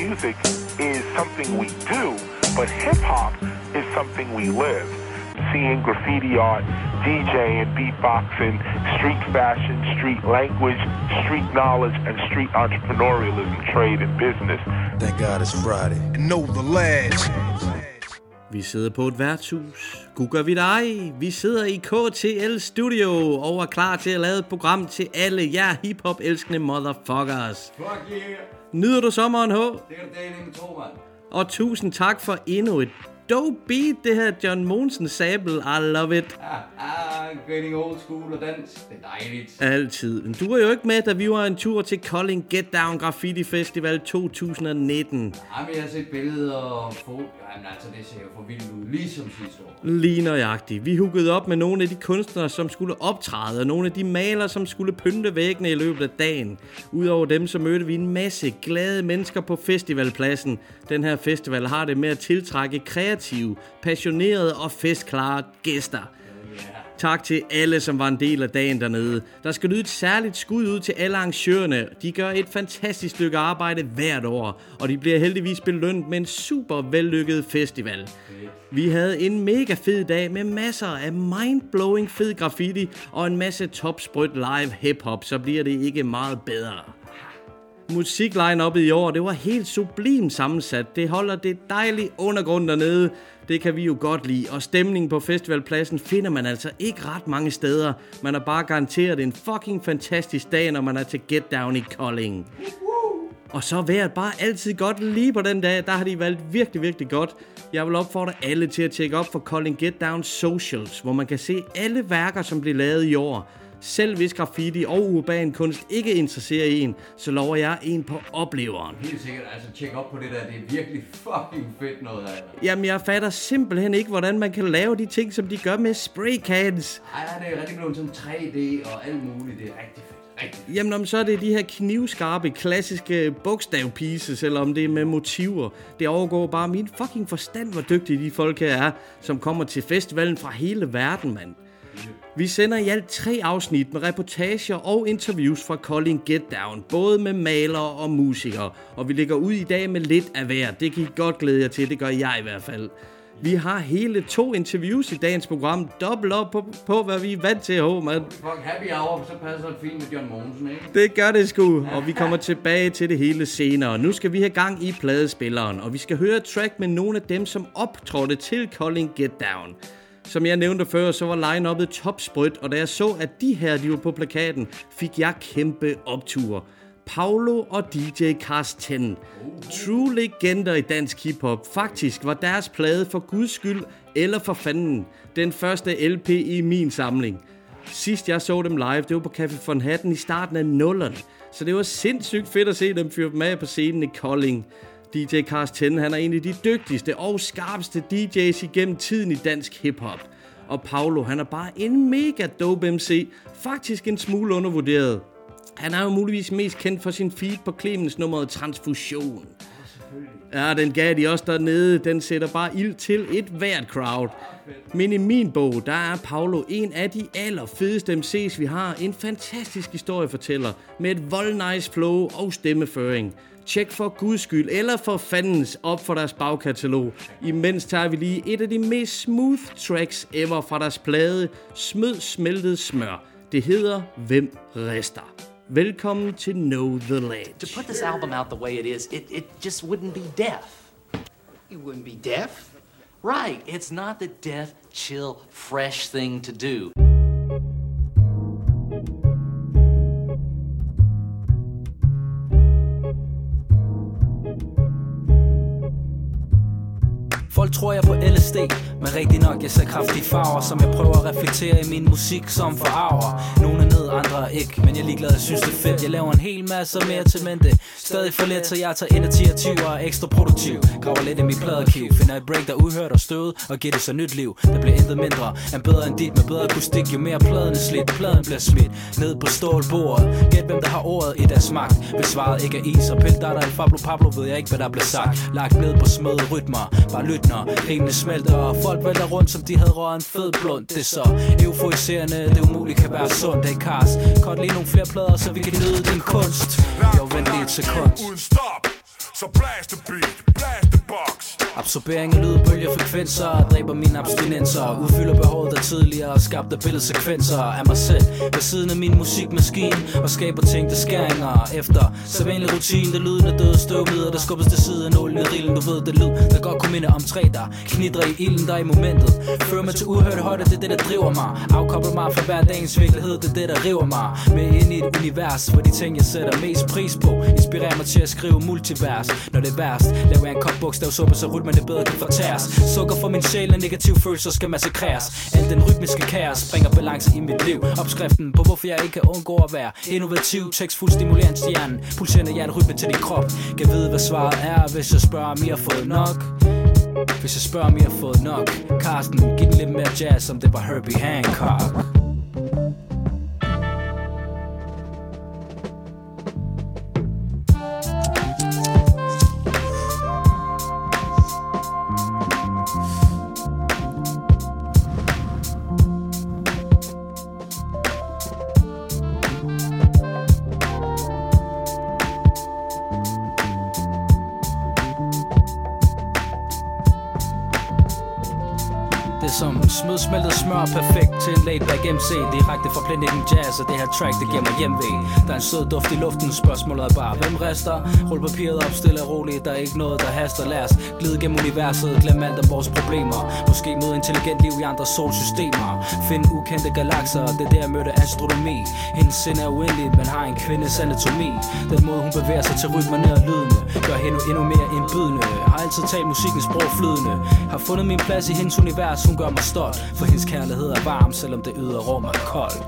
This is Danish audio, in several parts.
music is something we do, but hip-hop is something we live. Seeing graffiti art, DJing, beatboxing, street fashion, street language, street knowledge, and street entrepreneurialism, trade and business. Thank God it's Friday. And know the lads. Vi sidder på et værtshus. Gud gør vi dig. Vi sidder i KTL Studio og er klar til at lave et program til alle jer hiphop elskende motherfuckers. Fuck yeah. Nyder du sommeren, H? Det kan du dele med tro, mand. Og tusind tak for endnu et dope beat, det her John Monsen sample. I love it. Getting old school og dans. Det er dejligt. Altid. Men du var jo ikke med, da vi var en tur til Kolding Get Down Graffiti Festival 2019. Jamen, jeg har set billeder og foto. Jamen, altså, det ser jo for vildt ud. Ligesom sidste år. Lige nøjagtigt. Vi huggede op med nogle af de kunstnere, som skulle optræde, og nogle af de malere, som skulle pynte væggene i løbet af dagen. Udover dem, så mødte vi en masse glade mennesker på festivalpladsen. Den her festival har det med at tiltrække kreative, passionerede og festklare gæster. Tak til alle, som var en del af dagen dernede. Der skal lyde et særligt skud ud til alle arrangørerne. De gør et fantastisk stykke arbejde hvert år, og de bliver heldigvis belønnet med en super vellykket festival. Vi havde en mega fed dag med masser af mindblowing fed graffiti og en masse topsprødt live hiphop, så bliver det ikke meget bedre. Musikline-uppet i år, det var helt sublimt sammensat. Det holder det dejlige undergrund dernede. Det kan vi jo godt lide. Og stemningen på festivalpladsen finder man altså ikke ret mange steder. Man er bare garanteret en fucking fantastisk dag, når man er til Get Down i Kolding. Og så vejret bare altid godt lige på den dag. Der har de valgt virkelig, virkelig godt. Jeg vil opfordre alle til at tjekke op for Kolding Get Down Socials, hvor man kan se alle værker, som bliver lavet i år. Selv hvis graffiti og urban kunst ikke interesserer en, så lover jeg en på opleveren. Helt sikkert, altså tjek op på det der, det er virkelig fucking fedt noget af det. Jamen jeg fatter simpelthen ikke, hvordan man kan lave de ting, som de gør med spraycans. Ej, det er rigtig blevet som 3D og alt muligt, det er rigtig fedt. Jamen om så er det de her knivskarpe, klassiske bogstavpieces, eller om det er med motiver. Det overgår bare min fucking forstand, hvor dygtige de folk her er, som kommer til festivalen fra hele verden, mand. Vi sender i alt 3 afsnit med reportager og interviews fra Kolding Get Down, både med malere og musikere. Og vi ligger ud i dag med lidt af hver. Det kan I godt glæde jer til, det gør jeg i hvert fald. Vi har hele 2 interviews i dagens program. Dobbelt op på hvad vi er vant til, mand. Fuck, happy hour, så passer det fint med John Monsen, ikke? Det gør det sgu, og vi kommer tilbage til det hele senere. Nu skal vi have gang i pladespilleren, og vi skal høre et track med nogle af dem, som optrådte til Kolding Get Down. Som jeg nævnte før, så var line-uppet topsprødt, og da jeg så, at de her de var på plakaten, fik jeg kæmpe optur. Paulo og DJ Karsten. True legender i dansk hiphop. Faktisk var deres plade for guds skyld eller for fanden den første LP i min samling. Sidst jeg så dem live, det var på Café von Hatten i starten af 0'erne. Så det var sindssygt fedt at se dem fyre dem af på scenen i Kolding. DJ Karsten, han er en af de dygtigste og skarpeste DJ's igennem tiden i dansk hiphop. Og Paulo, han er bare en mega dope MC, faktisk en smule undervurderet. Han er jo muligvis mest kendt for sin feat på Clemens nummeret Transfusion. Ja, den gav de også dernede. Den sætter bare ild til et hvert crowd. Men i min bog, der er Paulo en af de allerfedeste MC's, vi har. En fantastisk historiefortæller med et voldnice flow og stemmeføring. Tjek for guds skyld eller for fandens op for deres bagkatalog. Imens tager vi lige et af de mest smooth tracks ever fra deres plade Smød smeltet smør. Det hedder Hvem rester. Velkommen til Know the Ledge. To put this album out the way it is, it just wouldn't be deaf. You wouldn't be deaf? Right, it's not the deaf, chill, fresh thing to do. Folk tror jeg på LSD, men rigtig nok jeg ser kraftige farver, som jeg prøver at reflektere i min musik som forarver. Nogle er ned, andre er ikke, men jeg er ligeglad, jeg synes det er fedt. Jeg laver en hel masse mere til mente. Stadig for lidt, så jeg tager initiativ og er ekstra produktiv. Graver lidt i mit pladearkiv, finder et break der er uhørt og støvet, og giver det så nyt liv. Der bliver intet mindre end bedre end dit, med bedre akustik. Jo mere pladen er slidt, pladen bliver smidt ned på stålbordet. Gæt hvem der har ordet i deres magt. Hvis svaret ikke er is og pil, der er Fablo Pablo, ved jeg ikke hvad der bliver sagt. Lagt ned på smøde rytmer, bare lyt når rimene smelter, og folk vælter rundt, som de havde røget en fed blund. Det er så euforiserende, det umuligt kan være sundt. Hey Cars, kort lige nogle flere plader, så vi kan nyde din kunst. Jo, vent lige et sekund. Uden stop, So blast the beat, blast the box. Absorbering af lydbølger, frekvenser dræber mine abstinenser. Udfylder behovet, der tidligere skabte billedsekvenser af mig selv ved siden af min musikmaskine og skaber tænkte skæringer efter sædvanlig rutine. Det lyden af døde støvmider, der skubbes til siden af ålen i rillen. Du ved, det lyd, der godt kunne minde om træ, der knitrer i ilden, der er i momentet. Fører mig til uhørte højder, det er det, der driver mig. Afkobler mig fra hverdagens virkelighed, det er det, der river mig med ind i et univers, hvor de ting, jeg sætter mest pris på, inspirerer mig til at skrive multivers. Når det er værst, laver jeg en kop bogstavsuppe, så rytmen det bedre kan fortæres. Sukker for min sjæl, og negative følelser skal massakreres. Al den rytmiske kaos bringer balance i mit liv. Opskriften på hvorfor jeg ikke kan undgå at være innovativ, tekstfuld stimulerende til hjernen, pulserende hjernerytme til din krop. Kan vide hvad svaret er, hvis jeg spørger om I har fået nok. Hvis jeg spørger om I har fået nok. Carsten, giv den lidt mere jazz, som det var Herbie Hancock. Som smødsmeltet smør perfekt til en laid-back MC. Direkte fra Blending Jazz, og det her track, det giver mig hjemvej. Der er en sød duft i luften, spørgsmålet er bare, hvem rester? Rul papiret op, stille og roligt, der er ikke noget, der haster. Lad os glide gennem universet, glem alt om vores problemer. Måske møde intelligent liv i andre solsystemer. Find ukendte galakser, det er der jeg mødte astronomi. Hendes sind er uendelig, men har en kvindes anatomi. Den måde hun bevæger sig til rytmerne og lydene gør hende endnu mere indbydende. Har altid talt musikkens sprog flydende. Har fundet min plads i hendes univers, hun gør mig stolt, for hendes kærlighed er varm, selvom det ydre rum er koldt.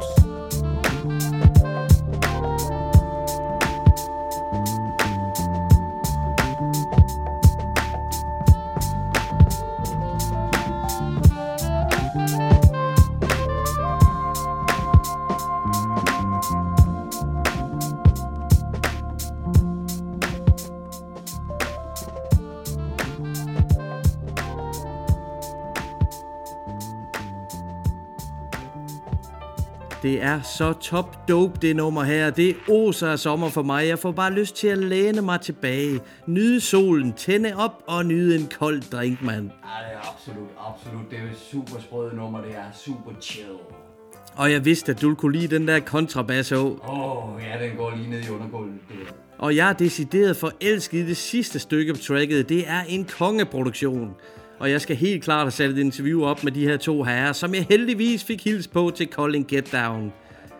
Det er så top dope, det nummer her. Det oser af sommer for mig. Jeg får bare lyst til at læne mig tilbage, nyde solen, tænde op og nyde en kold drink, mand. Ja, det er absolut. Det er et super sprøde nummer, det er super chill. Og jeg vidste, at du kunne lide den der kontrabas. Ja, den går lige ned i undergulvet. Og jeg er decideret forelsket i det sidste stykke på tracket. Det er en kongeproduktion. Og jeg skal helt klart have sat et interview op med de her to herrer, som jeg heldigvis fik hils på til Calling Get Down.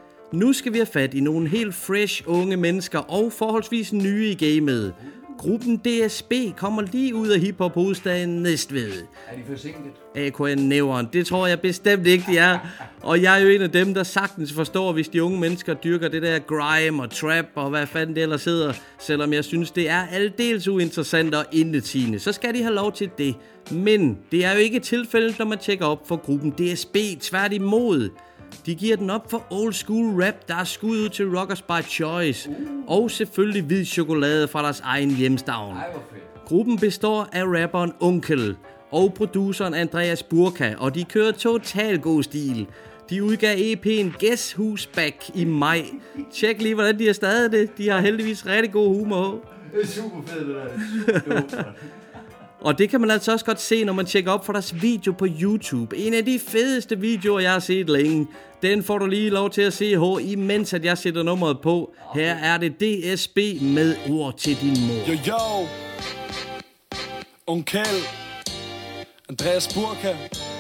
Nu skal vi have fat i nogle helt fresh unge mennesker og forholdsvis nye i gamet. Gruppen DSB kommer lige ud af hiphop-hovedstaden Næstved. Er de forsinket? AKN Nævren, det tror jeg bestemt ikke, de er. Og jeg er jo en af dem, der sagtens forstår, hvis de unge mennesker dyrker det der grime og trap og hvad fanden det ellers hedder. Selvom jeg synes, det er aldeles uinteressant og intetsigende, så skal de have lov til det. Men det er jo ikke tilfældet, når man tjekker op for gruppen DSB. Tværtimod. De giver den op for old school rap, der er skud ud til Rockers by Choice. Og selvfølgelig hvid chokolade fra deres egen hjemstavn. Gruppen består af rapperen Onkel og produceren Andreas Burka, og de kører total god stil. De udgav EP'en Guess Who's Back i maj. Tjek lige, hvordan de har stadig det. De har heldigvis rigtig god humor. Det er super fedt, det der. Og det kan man altså også godt se, når man tjekker op for deres video på YouTube. En af de fedeste videoer, jeg har set længe. Den får du lige lov til at se, imens at jeg sætter nummeret på. Her er det DSB med ord til din mor. Yo, Onkel, Andreas Burka,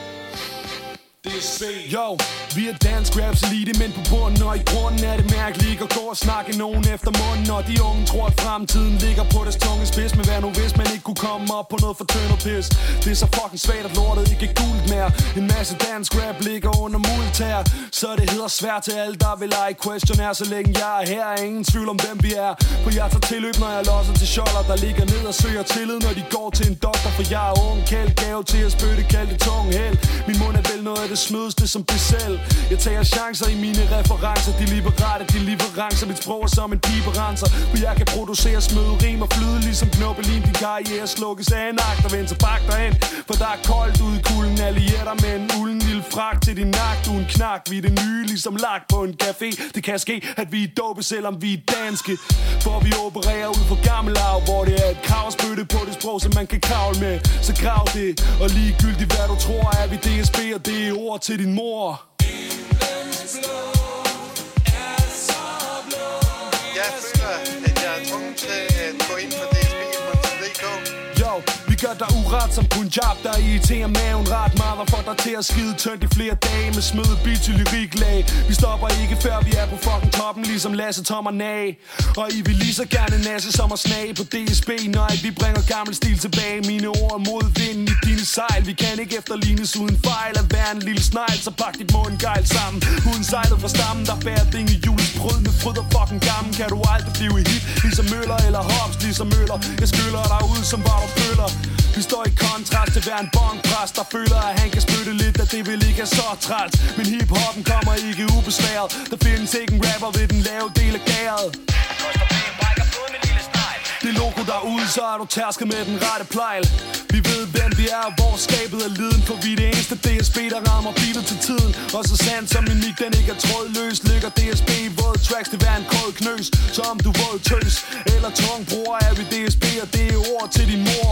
DSB. Yo, vi er dansk raps elite, men på bunden, og i grunden er det mærkeligt at gå og snakke nogen efter munden. Og de unge tror, at fremtiden ligger på deres tunge spids. Men hvad nu hvis man ikke kunne komme op på noget for tønder pis? Det er så fucking svagt, at lortet ikke er gult mere. En masse dansk rap ligger under multær, så det hedder svært til alle, der vil lege questionnaire. Så længe jeg er her, er ingen tvivl om hvem vi er. For jeg tager tilløb, når jeg losser til sjoller, der ligger ned og søger tillid, når de går til en doktor. For jeg er ung, kæld, gave til at spytte, kald det tunge held. Min mund er vel noget af det smødes det som det selv. Jeg tager chancer i mine referencer. De liberale, de leverancer. Mit sprog er som en piberenser. For jeg kan producere smøde rim og flyde ligesom knoppelin. Din karriere slukkes af en agt og vend tilbage derhen. For der er koldt ude i kulden. Allierer med en ulden lille frak til din nak. Du en knak, vi er det nye ligesom lagt på en café. Det kan ske, at vi er dope, selvom vi er danske. For vi opererer ud på gammel arv, hvor det er et kravspytte på det sprog, som man kan kravle med. Så grav det, og ligegyldigt hvad du tror, er vi DSB, og det er ord til din mor. Jeg føler, at jeg er tvunget til at gå ind på DSB.dk. Yo, vi gør dig uret som Punjab, der er irriterer maven ret meget og får dig til at skide tyndt i flere dage med smøde beat til lyriklag. Vi stopper ikke før vi er på fucking toppen, ligesom Lasse, Tom og Nag. Og I vil lige så gerne nasse som at snage på DSB, når vi bringer gammel stil tilbage. Mine ord mod vinden i dine sejl. Vi kan ikke efterlignes uden fejl at være en lille snegl, så pak dit mundgejl sammen. Uden sejlet fra stammen, der bærer dinge julens brød med fryd og fucking gammel. Kan du aldrig blive hit, ligesom Møller eller Hobbs, ligesom Møller. Jeg skyller dig ud som var du føler. Vi står i kontrast til hver en bongpræst, der føler, at han kan spytte lidt, at det vil ikke er så træls. Men hiphoppen kommer ikke ubesværet. Der findes ikke en rapper ved den lave del af gæret. Det logo derude, så er du tærsket med den rette plejl. Vi ved hvem vi er, og hvor skabet er liden. For vi er det eneste DSB, der rammer beatet til tiden. Og så sandt som min mik, den ikke er trådløs, ligger DSB i våde tracks, det hver en krød knøs. Så om du våd tøs eller tung bror, er vi DSB, og det er ord til din mor.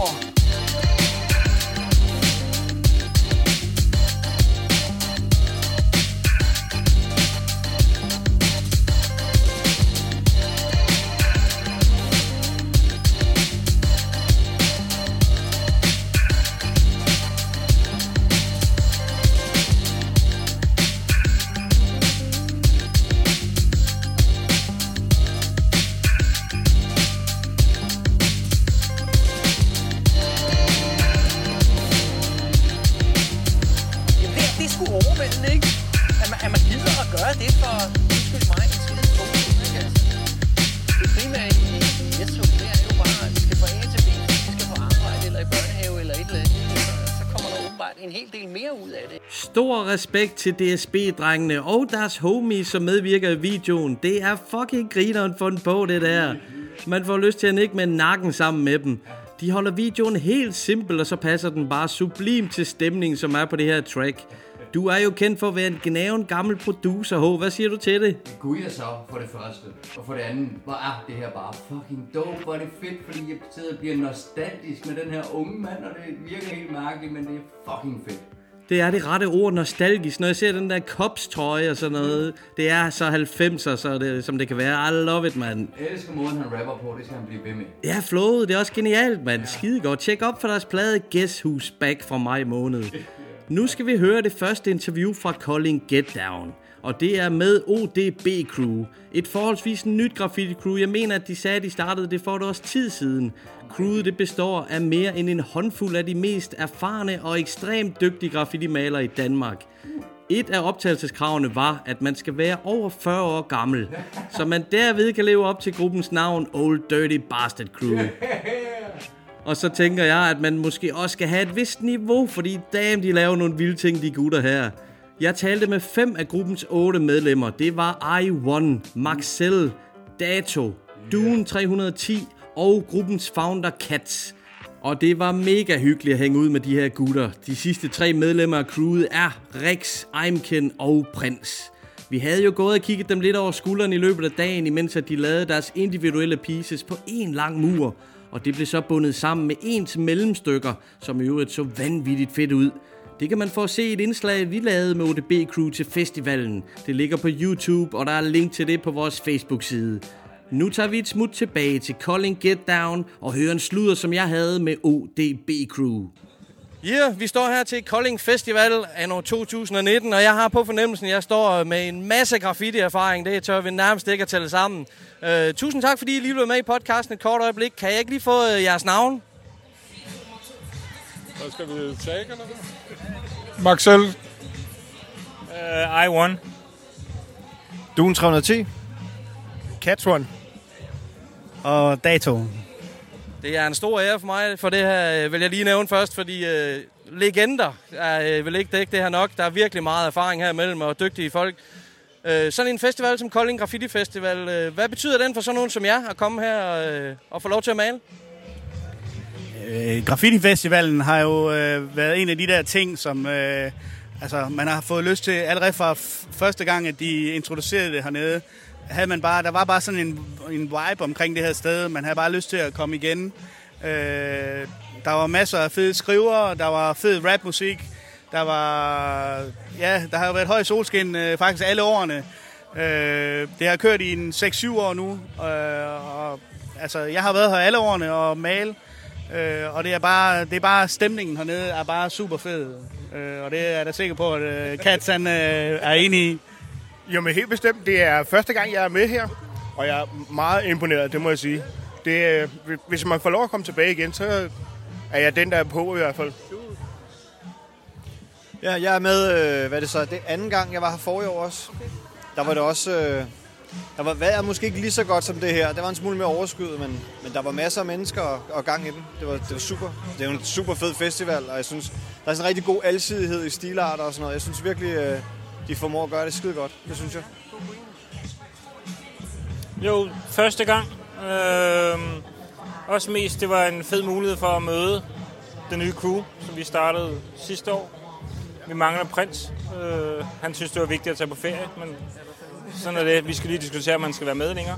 Stor respekt til DSB-drengene og deres homies, som medvirker i videoen. Det er fucking grineren fundet på det der. Man får lyst til at nikke med nakken sammen med dem. De holder videoen helt simpel, og så passer den bare sublim til stemningen, som er på det her track. Du er jo kendt for at være en gnaven gammel producer, H. Hvad siger du til det? Gud jeg så for det første. Og for det andet, hvor er det her bare fucking dope. Hvor er det fedt, fordi jeg sidder og bliver nostalgisk med den her unge mand, og det virker helt mærkeligt, men det er fucking fedt. Det er det rette ord, nostalgisk. Når jeg ser den der Cops-trøje og sådan noget, det er så 90'er, så det, som det kan være. I love it, mand. Jeg elsker måden, han rapper på. Det skal han blive ved med. Ja, flowet, det er også genialt, mand. Skide godt. Tjek op for deres plade Guess Who's Back fra maj måned. Nu skal vi høre det første interview fra Kolding Get Down. Og det er med ODB Crew. Et forholdsvis nyt graffiti crew. Jeg mener, at de sagde, at de startede det for et års tid siden. Crewet det består af mere end en håndfuld af de mest erfarne og ekstremt dygtige graffiti-malere i Danmark. Et af optagelseskravene var, at man skal være over 40 år gammel, så man derved kan leve op til gruppens navn Old Dirty Bastard Crew. Og så tænker jeg, at man måske også skal have et vist niveau, fordi damn, de laver nogle vilde ting, de gutter her. Jeg talte med 5 af gruppens 8 medlemmer. Det var I1, Maxell, Dato, Dune 310 og gruppens founder Cats. Og det var mega hyggeligt at hænge ud med de her gutter. De sidste 3 medlemmer af crewet er Rex, Aimken og Prins. Vi havde jo gået og kigget dem lidt over skulderen i løbet af dagen, imens at de lavede deres individuelle pieces på en lang mur. Og det blev så bundet sammen med ens mellemstykker, som i øvrigt så vanvittigt fedt ud. Det kan man få se i et indslag, vi lavede med ODB Crew til festivalen. Det ligger på YouTube, og der er link til det på vores Facebook-side. Nu tager vi et smut tilbage til Kolding Get Down og hører en sludder, som jeg havde med ODB Crew. Ja, vi står her til Kolding Festival anno 2019, og jeg har på fornemmelsen, at jeg står med en masse graffiti-erfaring. Det tør vi nærmest ikke at tælle sammen. Tusind tak, fordi I lige blev med i podcasten et kort øjeblik. Kan jeg ikke lige få jeres navn? Hvad skal vi tage? Maxell. I1. Dune 310. Cats One. Og Dato. Det er en stor ære for mig, for det her vil jeg lige nævne først, fordi legender. Jeg vil ikke dække det her nok. Der er virkelig meget erfaring her imellem og dygtige folk. Sådan en festival som Kolding Graffiti Festival, hvad betyder den for sådan nogen som jer at komme her og få lov til at male? Graffiti Festivalen har jo været en af de der ting, som man har fået lyst til allerede fra første gang, at de introducerede det hernede. Der var bare sådan en vibe omkring det her sted. Man havde bare lyst til at komme igen. Der var masser af fede skrivere, der var fed rapmusik. Der har jo været høj solskin faktisk alle årene. Det har kørt i 6-7 år nu. Jeg har været her alle årene og male. Og det er bare stemningen hernede er bare super fed. Og det er jeg da sikker på, at Cats han er enig i. Jo, men helt bestemt. Det er første gang, jeg er med her. Og jeg er meget imponeret, det må jeg sige. Hvis man får lov at komme tilbage igen, så er jeg den, der er på i hvert fald. Ja, jeg er med, det er anden gang, jeg var her forrige år også. Der var det også, der var vejret måske ikke lige så godt som det her. Det var en smule mere overskyet, men der var masser af mennesker og gang i den. Det var super. Det er jo en super fed festival, og jeg synes, der er sådan en rigtig god alsidighed i stilarter og sådan noget. Jeg synes virkelig, de formår at gøre det skide godt. Det synes jeg. Jo, første gang. Også mest, det var en fed mulighed for at møde den nye crew, som vi startede sidste år. Vi mangler Prins. Han synes, det var vigtigt at tage på ferie, men sådan er det. Vi skal lige diskutere, om man skal være med længere.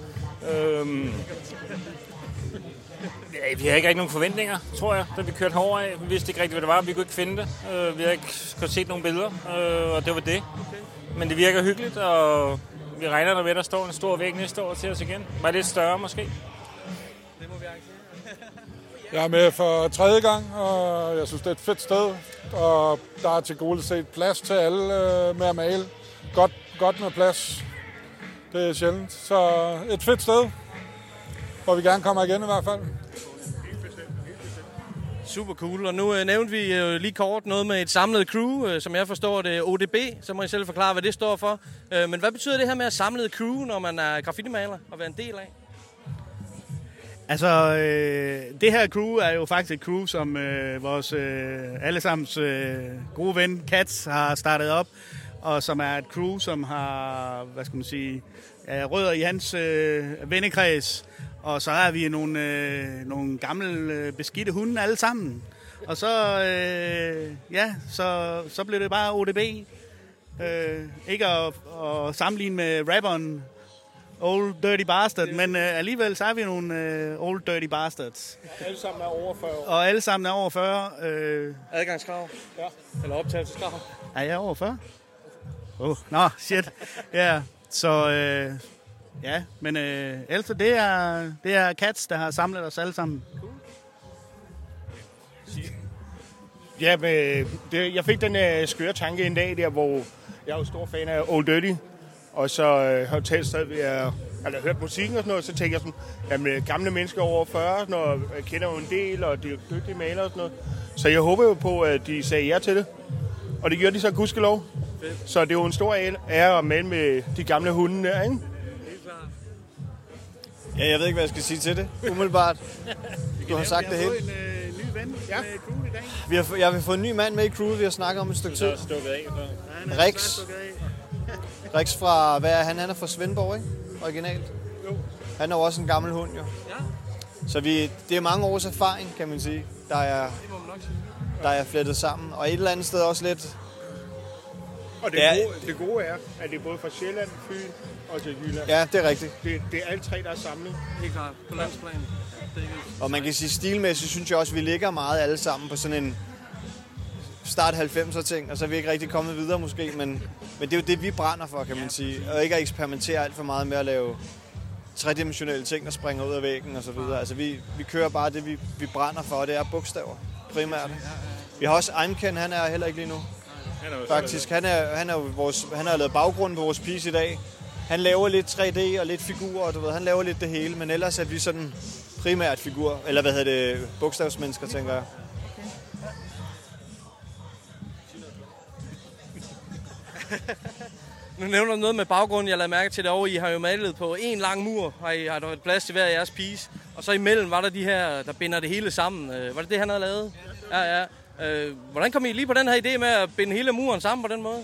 Vi har ikke rigtig nogen forventninger, tror jeg, da vi kørte herover af. Vi vidste ikke rigtig, hvad det var. Vi kunne ikke finde det. Vi har ikke set nogen billeder, og det var det. Men det virker hyggeligt, og vi regner der med, at der står en stor væg næste år til os igen. Bare lidt større måske. Det må vi arrangere. Jeg er med for 3. gang, og jeg synes, det er et fedt sted. Og der er til gode set plads til alle med at male. Godt med plads. Det er sjældent. Så et fedt sted, hvor vi gerne kommer igen i hvert fald. Super cool, og nu nævnte vi lige kort noget med et samlet crew, som jeg forstår det ODB, så må I selv forklare, hvad det står for. Men hvad betyder det her med at samle et crew, når man er graffiti-maler og være en del af? Altså, det her crew er jo faktisk et crew, som vores allesammens gode ven Cats har startet op, og som er et crew, som har, rødder i hans vennekreds. Og så er vi nogle gamle beskidte hunde alle sammen. Og så, så blev det bare ODB. Ikke at sammenligne med rapperen Old Dirty Bastard, men alligevel så er vi nogle Old Dirty Bastards. Alle sammen er over 40 år. Og alle sammen er over 40. Adgangskrav? Ja. Eller optagelseskrav? Er jeg over 40? Shit. Ja, så... Ja, men ellers det er Cats, der har samlet os alle sammen. Ja, men jeg fik den skøre tanke en dag der, hvor jeg er jo stor fan af Old Dirty, og så har jeg talt stadig ved hørt musikken og sådan noget, så tænkte jeg sådan, jamen gamle mennesker over 40, når jeg kender jo en del, og de er dygtige malere og sådan noget. Så jeg håber jo på, at de sagde ja til det, og det gjorde de så gudskelov. Så det er jo en stor ære at male med de gamle hunde der, ikke? Ja, jeg ved ikke, hvad jeg skal sige til det. Umiddelbart. Du har sagt det hele. Vi har fået en ny ven med crew i dag. Jeg har fået en ny mand med i crewet, vi har snakket om et stykke tid. Rex fra, hvad er han? Han er fra Svendborg, ikke? Originalt. Jo. Han er jo også en gammel hund, jo. Ja. Så det er mange års erfaring, kan man sige, der er flettet sammen. Og et eller andet sted også lidt... Og det gode er, at det er både fra Sjælland, Fyn og til Jylland. Ja, det er rigtigt. Det er alle tre, der er samlet. Helt klart, på landsplan. Og man kan sige, stilmæssigt synes jeg også, at vi ligger meget alle sammen på sådan en start 90'er ting, og så er vi ikke rigtig kommet videre måske, men det er jo det, vi brænder for, kan man sige. Og ikke at eksperimentere alt for meget med at lave tredimensionelle ting, der springer ud af væggen og så videre. Altså vi kører bare det, vi brænder for, og det er bogstaver primært. Vi har også Eimken, han er heller ikke lige nu. Faktisk, han har lavet baggrunden på vores piece i dag. Han laver lidt 3D og lidt figurer, du ved, han laver lidt det hele, men ellers er vi sådan primært figur, eller bogstavsmennesker, tænker jeg. Nu nævner du noget med baggrunden, jeg lavede mærke til det over. I har jo malet på en lang mur, har der været plads til hver jeres piece. Og så imellem var der de her, der binder det hele sammen. Var det det, han havde lavet? Ja. Hvordan kom I lige på den her idé med at binde hele muren sammen på den måde?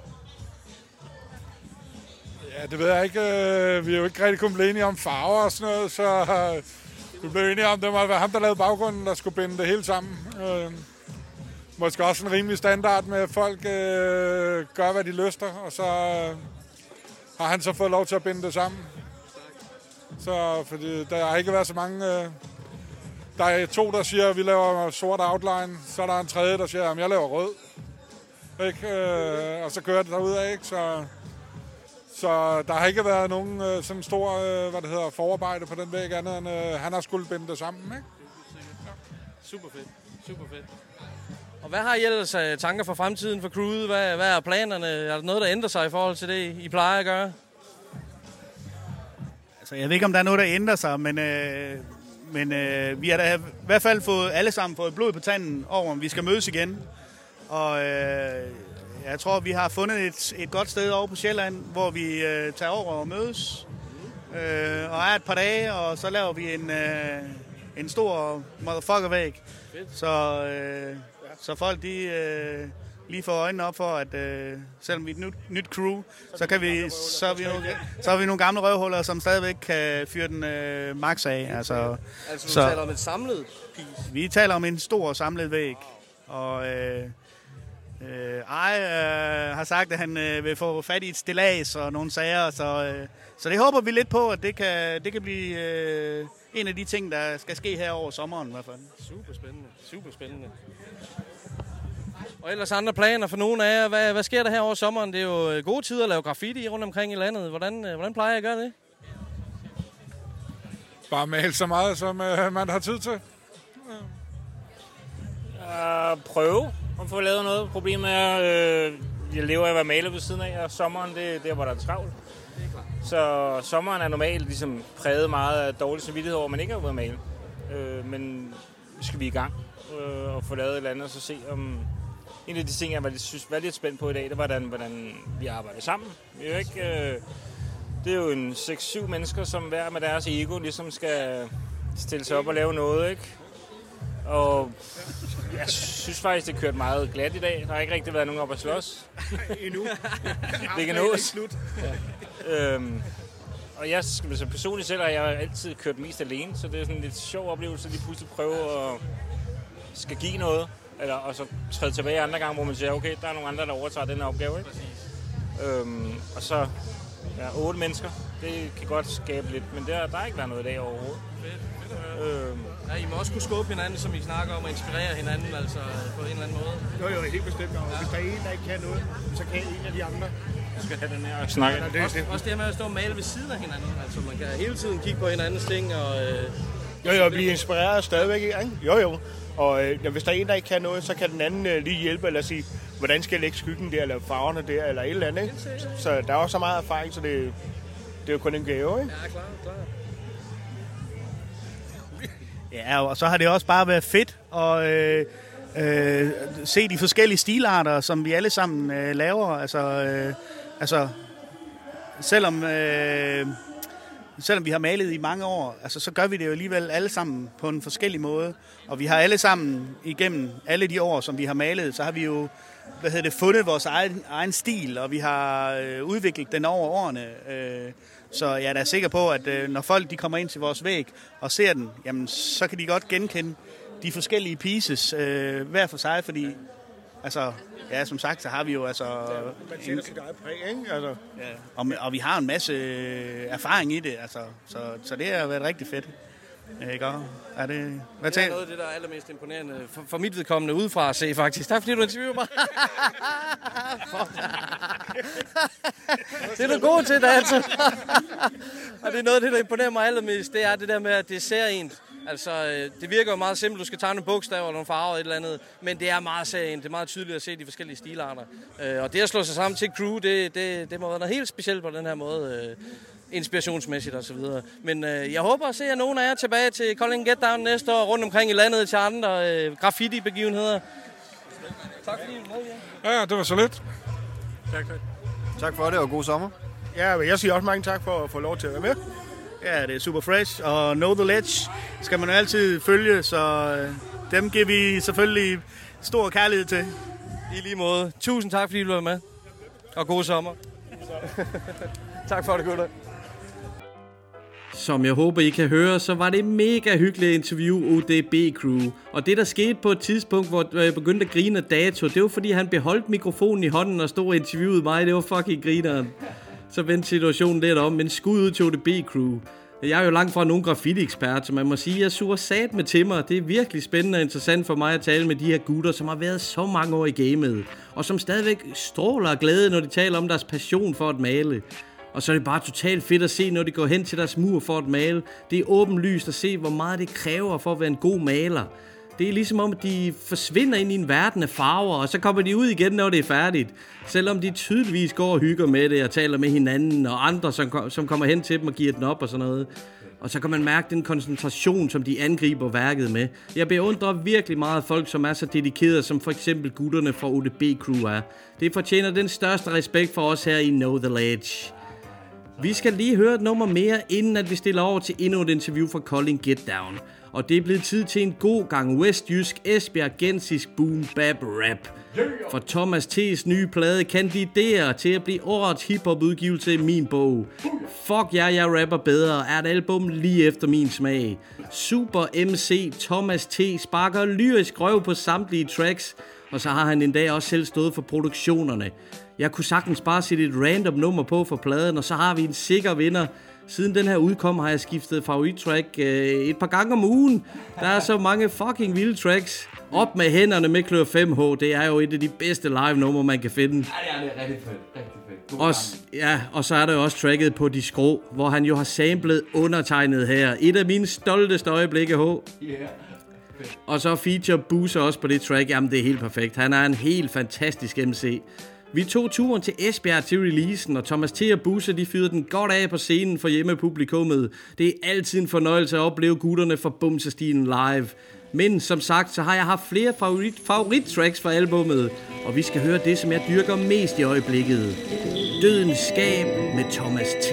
Ja, det ved jeg ikke. Vi er jo ikke rigtig kommet enige om farver og sådan noget, så vi blev enige om, at det må være ham, der lavede baggrunden, der skulle binde det hele sammen. Måske også en rimelig standard med, at folk gør, hvad de lyster, og så har han så fået lov til at binde det sammen. Så fordi der har ikke været så mange... Der er 2, der siger, at vi laver sort outline, så er der en tredje, der siger, at jeg laver rød. Ikke? Og så kører det derudad, ikke? Så der har ikke været nogen sådan stor forarbejde på den væg, andet end han har skulle binde det sammen, ikke? Ja. Super fedt. Og hvad har I ellers tanker for fremtiden for crewet? Hvad er planerne? Er der noget, der ændrer sig i forhold til det, I plejer at gøre? Altså, jeg ved ikke, om der er noget, der ændrer sig, men vi har da i hvert fald alle sammen fået blod på tanden over, om vi skal mødes igen. Og jeg tror, vi har fundet et godt sted over på Sjælland, hvor vi tager over og mødes. Og er et par dage, og så laver vi en stor motherfucker-væg. Så folk lige får øjnene op for, at selvom vi er et nyt crew, så er vi nogle gamle røvhuller, som stadigvæk kan fyre den max af. Altså vi taler om et samlet piece? Vi taler om en stor samlet væg. Og har sagt, at han vil få fat i et stillads og nogle sager, så det håber vi lidt på, at det kan blive en af de ting, der skal ske her over sommeren i hvert fald. Super spændende. Og ellers andre planer for nogle af jer. Hvad sker der her over sommeren? Det er jo gode tider at lave graffiti rundt omkring i landet. Hvordan plejer jeg at gøre det? Bare male så meget, som man har tid til. Prøve at få lavet noget. Problemet er, jeg lever af at være maler ved siden af, og sommeren, det er der, hvor der er travlt. Så sommeren er normalt ligesom præget meget af dårlig samvittighed over, at man ikke har været male. Men skal vi i gang og få lavet et eller andet, og så se om... En af de ting, jeg var lidt spændt på i dag, det var, hvordan vi arbejder sammen. Det er jo en 6-7 mennesker, som hver med deres ego ligesom skal stille sig op og lave noget, ikke? Og jeg synes faktisk, det kørte meget glat i dag. Der har ikke rigtig været nogen op at slås. Endnu. Det kan nås. Og jeg personligt selv har jeg altid kørt mest alene, så det er sådan en lidt sjov oplevelse, at lige pludselig prøve at skal give noget, og så træde tilbage andre gange, hvor man siger, okay, der er nogle andre, der overtager den her opgave, ikke? Og så 8 mennesker, det kan godt skabe lidt, men der har ikke været noget i dag overhovedet. Ja, I må også kunne skubbe hinanden, som I snakker om, og inspirere hinanden, altså på en eller anden måde. Jo, helt bestemt. Og hvis der er en, der ikke kan noget, så kan en af de andre. Du skal have den her og snakke. Også det her med at stå og male ved siden af hinanden, altså man kan hele tiden kigge på hinandens ting, og... Jo, blive inspireret stadigvæk, ikke? Jo. Og hvis der er en, der ikke kan noget, så kan den anden lige hjælpe, eller sige, hvordan skal jeg lægge skyggen der, eller farverne der, eller et eller andet, ikke? Så der er også så meget erfaring, så det er jo kun en gave, ikke? Ja, klar. Ja, og så har det også bare været fedt at se de forskellige stilarter, som vi alle sammen laver. Altså selvom vi har malet i mange år, altså, så gør vi det jo alligevel alle sammen på en forskellig måde. Og vi har alle sammen igennem alle de år, som vi har malet, så har vi jo fundet vores egen stil, og vi har udviklet den over årene. Så jeg er da sikker på, at når folk de kommer ind til vores væg og ser den, jamen, så kan de godt genkende de forskellige pieces hver for sig, fordi altså, ja, som sagt, så har vi jo altså... Man sætter sit eget præg, ikke? Altså. Ja, og vi har en masse erfaring i det, altså, så det har været rigtig fedt. Ikke? Er det... Hvad det er noget af det, der er allermest imponerende for mit vedkommende udefra at se, faktisk. Tak fordi du interviewer mig. Det er du god til, altså. Og det er noget af det, der imponerer mig allermest. Det er det der med, at det er særligt. Altså, det virker jo meget simpelt. Du skal tegne nogle bogstaver eller nogle farver eller et eller andet. Men det er meget særligt. Det er meget tydeligt at se de forskellige stilarter. Og det at slå sig sammen til crew, det må være noget helt specielt på den her måde. Inspirationsmæssigt og så videre. Men jeg håber at se jer nogle af jer tilbage til Kolding Get Down næste år, rundt omkring i landet til andre graffiti-begivenheder. Tak fordi I var med. Ja, det var så lidt. Tak for det, og god sommer. Ja, jeg siger også mange tak for at få lov til at være med. Ja, det er super fresh, og Know The Ledge skal man jo altid følge, så dem giver vi selvfølgelig stor kærlighed til. I lige måde. Tusind tak, fordi du var med. Og god sommer. Tak for det, gutter. Som jeg håber, I kan høre, så var det mega hyggeligt interview ODB Crew. Og det, der skete på et tidspunkt, hvor jeg begyndte at grine af Dato, det var fordi, han beholdt mikrofonen i hånden og stod og interviewede mig. Det var fucking grineren. Så vendte situationen lidt om, men skud ud til ODB Crew. Jeg er jo langt fra nogen graffiti-ekspert, så man må sige, at jeg suger sat med til mig. Det er virkelig spændende og interessant for mig at tale med de her gutter, som har været så mange år i gamet. Og som stadigvæk stråler af glæde, når de taler om deres passion for at male. Og så er det bare totalt fedt at se, når de går hen til deres mur for at male. Det er åbenlyst at se, hvor meget det kræver for at være en god maler. Det er ligesom om, at de forsvinder ind i en verden af farver, og så kommer de ud igen, når det er færdigt. Selvom de tydeligvis går og hygger med det og taler med hinanden og andre, som kommer hen til dem og giver den op og sådan noget. Og så kan man mærke den koncentration, som de angriber værket med. Jeg beundrer virkelig meget folk, som er så dedikerede, som for eksempel gutterne fra ODB Crew er. Det fortjener den største respekt for os her i Know The Ledge. Vi skal lige høre et nummer mere, inden at vi stiller over til endnu et interview fra Kolding Get Down. Og det er blevet tid til en god gang westjysk, esbjergensisk boom bap rap. For Thomas T's nye plade kandiderer til at blive årets hiphop udgivelse i min bog. Fuck ja, jeg rapper bedre er et album lige efter min smag. Super MC Thomas T sparker lyrisk røv på samtlige tracks, og så har han en dag også selv stået for produktionerne. Jeg kunne sagtens bare sætte et random nummer på for pladen, og så har vi en sikker vinder. Siden den her udkom, har jeg skiftet favorittrack et par gange om ugen. Der er så mange fucking vilde tracks. Op med hænderne med Klør 5H. Det er jo et af de bedste live-numre, man kan finde. Ja, det er rigtig fedt. Og så er der jo også tracket på De Skrå, hvor han jo har samlet undertegnet her. Et af mine stolteste øjeblikke, H. Yeah. Og så feature Booser også på det track. Jamen, det er helt perfekt. Han er en helt fantastisk MC. Vi tog turen til Esbjerg til releasen, og Thomas T. og Booser, de fyrede den godt af på scenen for hjemmepublikummet. Det er altid en fornøjelse at opleve gutterne fra Bumserstilen live. Men som sagt, så har jeg haft flere favorittracks fra albummet, og vi skal høre det, som jeg dyrker mest i øjeblikket. Dødens Skab med Thomas T.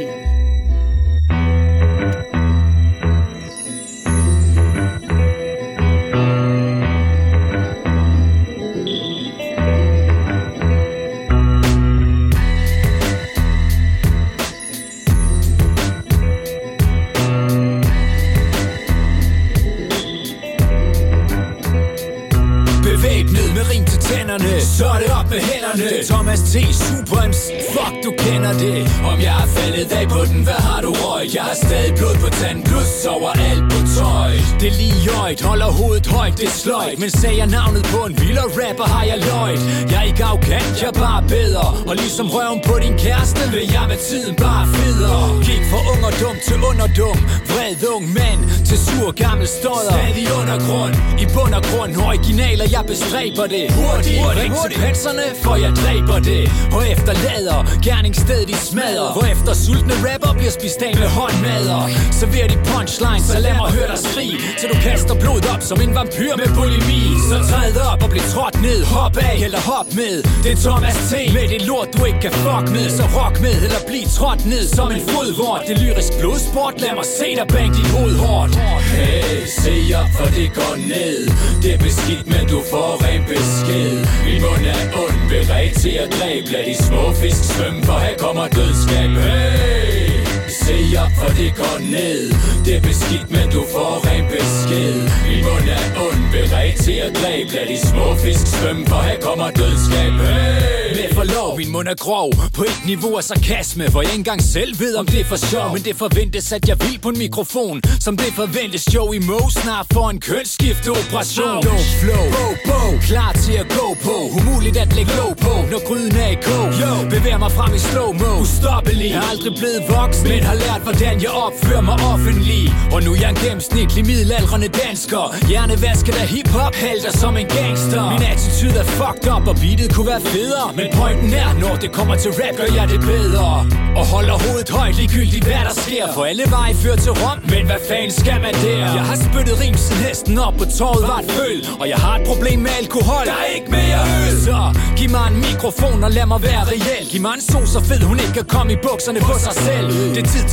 Så er det op med hænderne. Det er Thomas T. Super MC. Fuck, du kender det. Om jeg er faldet af på den, hvad har du røget? Jeg har stadig blod på tanden, plus overalt på tøj. Det er lige højt, holder hovedet højt, det er sløjt. Men sagde jeg navnet på en vildere rapper, har jeg løjt. Jeg er ikke afkant, jeg er bare bedre. Og ligesom røven på din kæreste, vil jeg med tiden bare federe. Gik fra ung og dum til underdum. Vred ung mand til sur gammel stodder. Stadig undergrund, i bund og grund. Originaler, jeg bestræber det. Hurtigt, ring til panserne, for jeg dræber det. Og efterlader gerningsstedet i smadrer. Hvor efter sultne rapper bliver spist af med håndmadder. Server de punchlines, så lad mig høre dig skrige. Til du kaster blod op som en vampyr med bulimi. Så træd op og bliv trådt ned. Hop af eller hop med. Det er Thomas T. Med det lort du ikke kan fuck med. Så rock med eller bliv trådt ned som en fodvort. Det er lyrisk blodsport, lad mig se dig bag dit hoved hårdt. Hey, se op for det går ned. Det er beskidt, men du får ren besked. Min mund er ond, beredt til at dræbe. Lad de små fisk svømme, for her kommer dødskab. Hey, se op for det går ned. Det er beskidt, men du får ren besked. Min mund er ond, beredt til at dræbe. Lad de små fisk svømme, for her kommer dødskab. Hey, med forlov, min mund er grov. På et niveau af sarkasme, hvor jeg ikke engang selv ved om det er for sjov. Men det forventes at jeg vil på en mikrofon. Som det forventes show i Mo snart for en kønsskifteoperation. Flow, bo, klar til at gå på. Umuligt at lægge låg på, når gryden er i kog. Bevæger mig frem i slow-mo, ustoppelig. Jeg er aldrig blevet voksen, men har lært hvordan jeg opfører mig offentlig. Og nu er jeg en gennemsnitlig middelaldrende dansker. Hjernevasket af hiphop, halter som en gangster. Min attitude er fucked up, og beatet kunne være federe. Men pointen er, når det kommer til rap, gør jeg det bedre. Og holder hovedet højt, ligegyldigt hvad der sker. For alle veje fører til Rom, men hvad fanden skal man der? Jeg har spyttet rim siden hesten op på torvet var et føl. Og jeg har et problem med alkohol, der er ikke mere øl. Så giv mig en mikrofon og lad mig være reel. Giv mig en so så fed, hun ikke kan komme i bukserne på sig selv. Det er tid til at tage på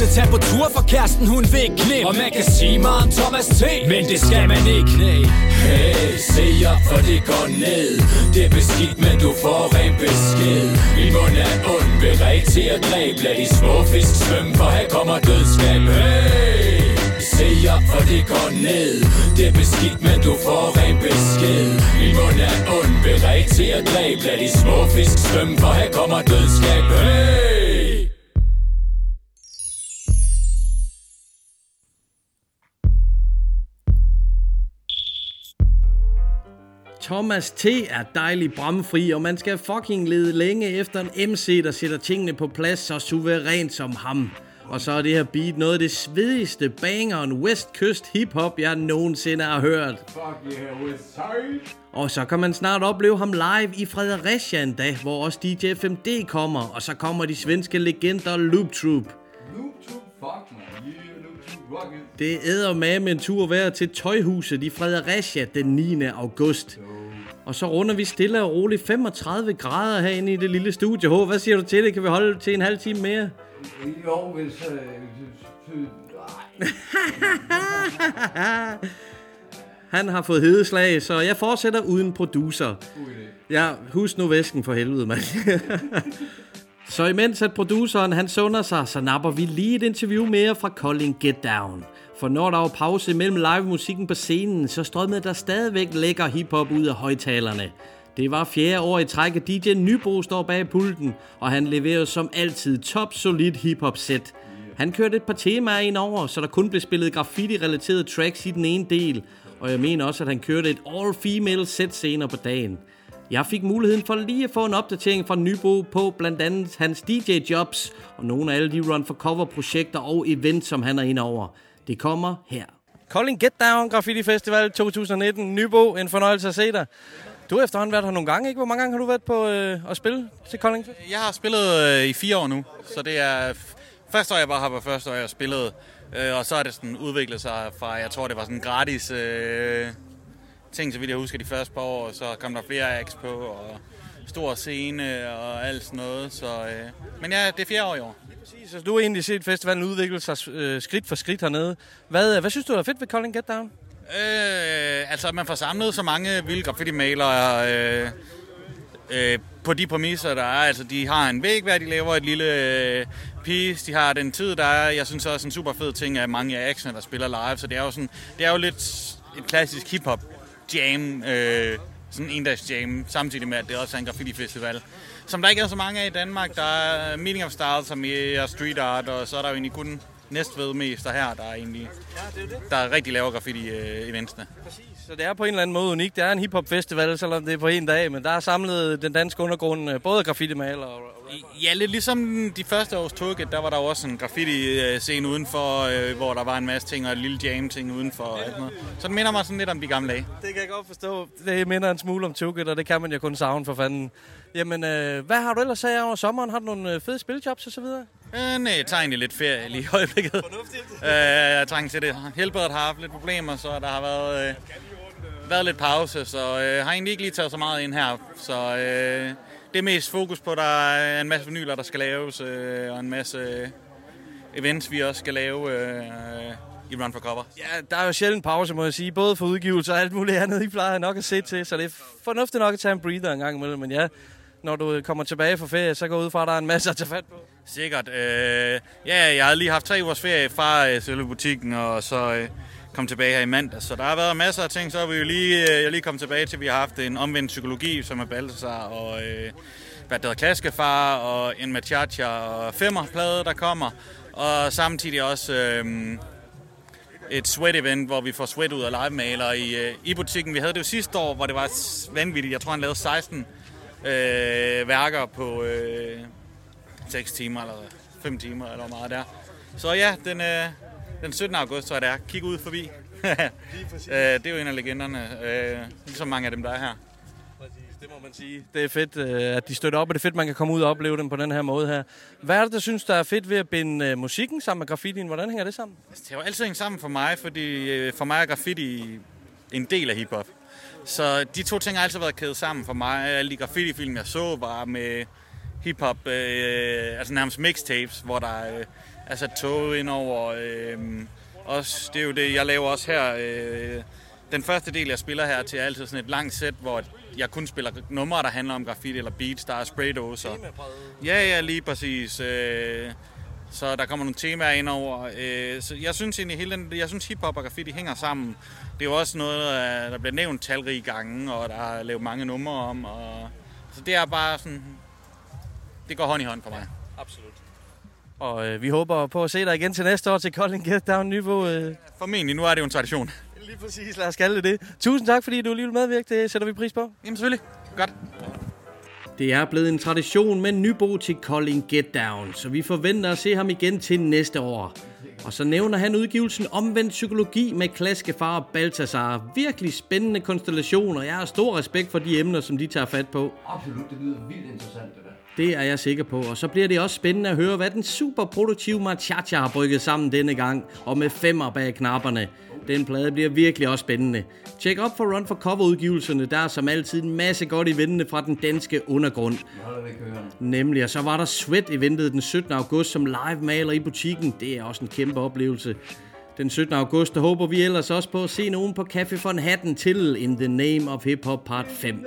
tur, for kæresten hun vil knip. Og man kan sige mig om Thomas T, men det skal man ikke. Hey, se op, for det går ned. Det er beskidt, men du får ren besked. Min mund er ond, beredt til at dræbe. Lad de små fisk svømme, for her kommer dødskab. Hey, se op, for det går ned. Det er beskidt, men du får ren besked. Min mund er ond, beredt til at dræbe. Lad de små fisk svømme, for her kommer dødskab. Hey! Thomas T. er dejlig bramfri, og man skal fucking lede længe efter en MC, der sætter tingene på plads så suverænt som ham. Og så er det her beat noget af det svedigste bangeren West Coast hiphop, jeg nogensinde har hørt. Fuck yeah, West Side. Og så kan man snart opleve ham live i Fredericia en dag, hvor også DJ FMD kommer, og så kommer de svenske legender Loop Troop. Loop Troop, fuck man, yeah, Loop Troop, rock it. Det æder med en tur værd til Tøjhuset i Fredericia den 9. august. Og så runder vi stille og roligt 35 grader herinde i det lille studie. H, hvad siger du til det? Kan vi holde til en halv time mere? Jo, hvis... Han har fået hedeslag, så jeg fortsætter uden producer. Ja, husk nu væsken for helvede, mand. Så imens at produceren han sunder sig, så napper vi lige et interview mere fra Kolding Get Down. For når der var pause mellem live-musikken på scenen, så strømmede der stadigvæk lækker hiphop ud af højtalerne. Det var 4. år i træk, at DJ Nybo står bag pulten, og han leverede som altid top solid hiphop-sæt. Han kørte et par temaer ind over, så der kun blev spillet graffiti-relaterede tracks i den ene del, og jeg mener også, at han kørte et all-female sæt senere på dagen. Jeg fik muligheden for lige at få en opdatering fra Nybo på blandt andet hans DJ-jobs, og nogle af alle de run-for-cover-projekter og events, som han er inde over. Det kommer her. Kolding Get Down Graffiti Festival 2019. Nybo, en fornøjelse at se dig. Du har efterhånden været her nogle gange, ikke? Hvor mange gange har du været på at spille til Kolding? Jeg har spillet i 4 år nu, så det er første år, jeg bare har været første år, jeg har spillet. Og så er det sådan udviklet sig fra, jeg tror, det var sådan en gratis ting, så vidt jeg husker de første par år. Så kom der flere acts på, og stor scene og alt sådan noget. Så, men ja, det er 4 år i år. Præcis, så du har egentlig set festivalen udvikle sig skridt for skridt hernede. Hvad synes du er fedt ved Kolding Get Down? Altså, at man får samlet så mange vilde graffiti-malere på de præmisser, der er. Altså, de har en væg, hver de laver et lille piece. De har den tid, der er. Jeg synes også, en super fed ting er mange af actionerne, der spiller live. Så det er jo, sådan, det er jo lidt et klassisk hip-hop jam, sådan en dags jam, samtidig med, at det også er en graffiti-festival. Som der ikke er så mange af i Danmark. Der er Meaning of Style, som er street art, og så er der jo egentlig kun Næstved-mester her, der er egentlig der rigtig laver graffiti-eventsene. Præcis, så det er på en eller anden måde unikt. Det er en hiphop-festival, selvom det er på en dag, men der er samlet den danske undergrund, både graffiti-maler og... Ja, lidt ligesom de første års Turget, der var der også en graffiti-scene udenfor, hvor der var en masse ting og et lille jam-ting udenfor. Så det minder mig sådan lidt om de gamle dage. Det kan jeg godt forstå. Det minder en smule om Turget, og det kan man jo kun savne for fanden. Jamen, hvad har du ellers sagt over sommeren? Har du nogle fede spiljobs og så videre? Nej, jeg tager egentlig lidt ferie lige i øjeblikket. Fornuftigt. Jeg trænger til det. Helbredet har haft lidt problemer, så der har været lidt pause, så har egentlig ikke lige taget så meget ind her. Så det er mest fokus på, at der er en masse vinyler, der skal laves, og en masse events, vi også skal lave i Run for Cover. Ja, der er jo sjældent pause, må jeg sige. Både for udgivelser og alt muligt andet, I plejer nok at se til. Så det er fornuftigt nok at tage en breather en gang imellem. Men ja, når du kommer tilbage fra ferie, så går ud fra, at der er en masse at tage fat på. Sikkert. Jeg har lige haft 3 ugers ferie fra selve butikken, og så kom tilbage her i mandag. Så der har været masser af ting. Så er vi jo lige kommet tilbage til, at vi har haft en omvendt psykologi, som er Balthasar, og hvad der hedder Klaskefar, og en Machacha og Femmer-plade, der kommer. Og samtidig også et sweat-event, hvor vi får sweat ud af live-maler i butikken. Vi havde det jo sidste år, hvor det var vanvittigt. Jeg tror, han lavede 16 værker på 6 timer eller 5 timer, eller hvor meget der. Så ja, den 17. august, så er det er. Kig ud forbi. Det er jo en af legenderne, ligesom mange af dem, der er her. Præcis, det må man sige. Det er fedt, at de støtter op, og det er fedt, man kan komme ud og opleve dem på den her måde her. Hvad er det, der synes, der er fedt ved at binde musikken sammen med graffitien? Hvordan hænger det sammen? Det har jo altid hængt sammen for mig, fordi for mig er graffiti en del af hiphop. Så de to ting har altid været kædet sammen for mig. Alle de graffiti-film, jeg så, var med hiphop, altså nærmest mixtapes, hvor der altså toget indover. Også, det er jo det, jeg laver også her. Den første del, jeg spiller her til, er altid sådan et langt sæt, hvor jeg kun spiller numre, der handler om graffiti eller beats, der er spraydåser. Ja, lige præcis. Så der kommer nogle temaer ind over. Så jeg synes egentlig, jeg synes hiphop og graffiti hænger sammen. Det er jo også noget, der bliver nævnt talrige gange, og der er lavet mange numre om. Så det er bare sådan, det går hånd i hånd for mig. Absolut. Og vi håber på at se dig igen til næste år til Kolding Get Down niveau. Formentlig, nu er det jo en tradition. Lige præcis, lad os kalde det. Tusind tak, fordi du lige vil medvirke. Det sætter vi pris på. Jamen selvfølgelig. Godt. Det er blevet en tradition med Nybo til Kolding Get Down, så vi forventer at se ham igen til næste år. Og så nævner han udgivelsen Omvendt Psykologi med Klaskefar og Balthasar. Virkelig spændende konstellationer. Jeg har stor respekt for de emner, som de tager fat på. Absolut, det lyder vildt interessant det der. Det er jeg sikker på. Og så bliver det også spændende at høre, hvad den super produktive Machacha har brygget sammen denne gang. Og med 5'er bag knapperne. Den plade bliver virkelig også spændende. Tjek op for Run for Cover-udgivelserne. Der er som altid en masse godt i ventende fra den danske undergrund. Nemlig, og så var der Sweat-eventet den 17. august som live-maler i butikken. Det er også en kæmpe oplevelse. Den 17. august, der håber vi ellers også på at se nogen på Café von Hatten til In the Name of Hip Hop Part 5.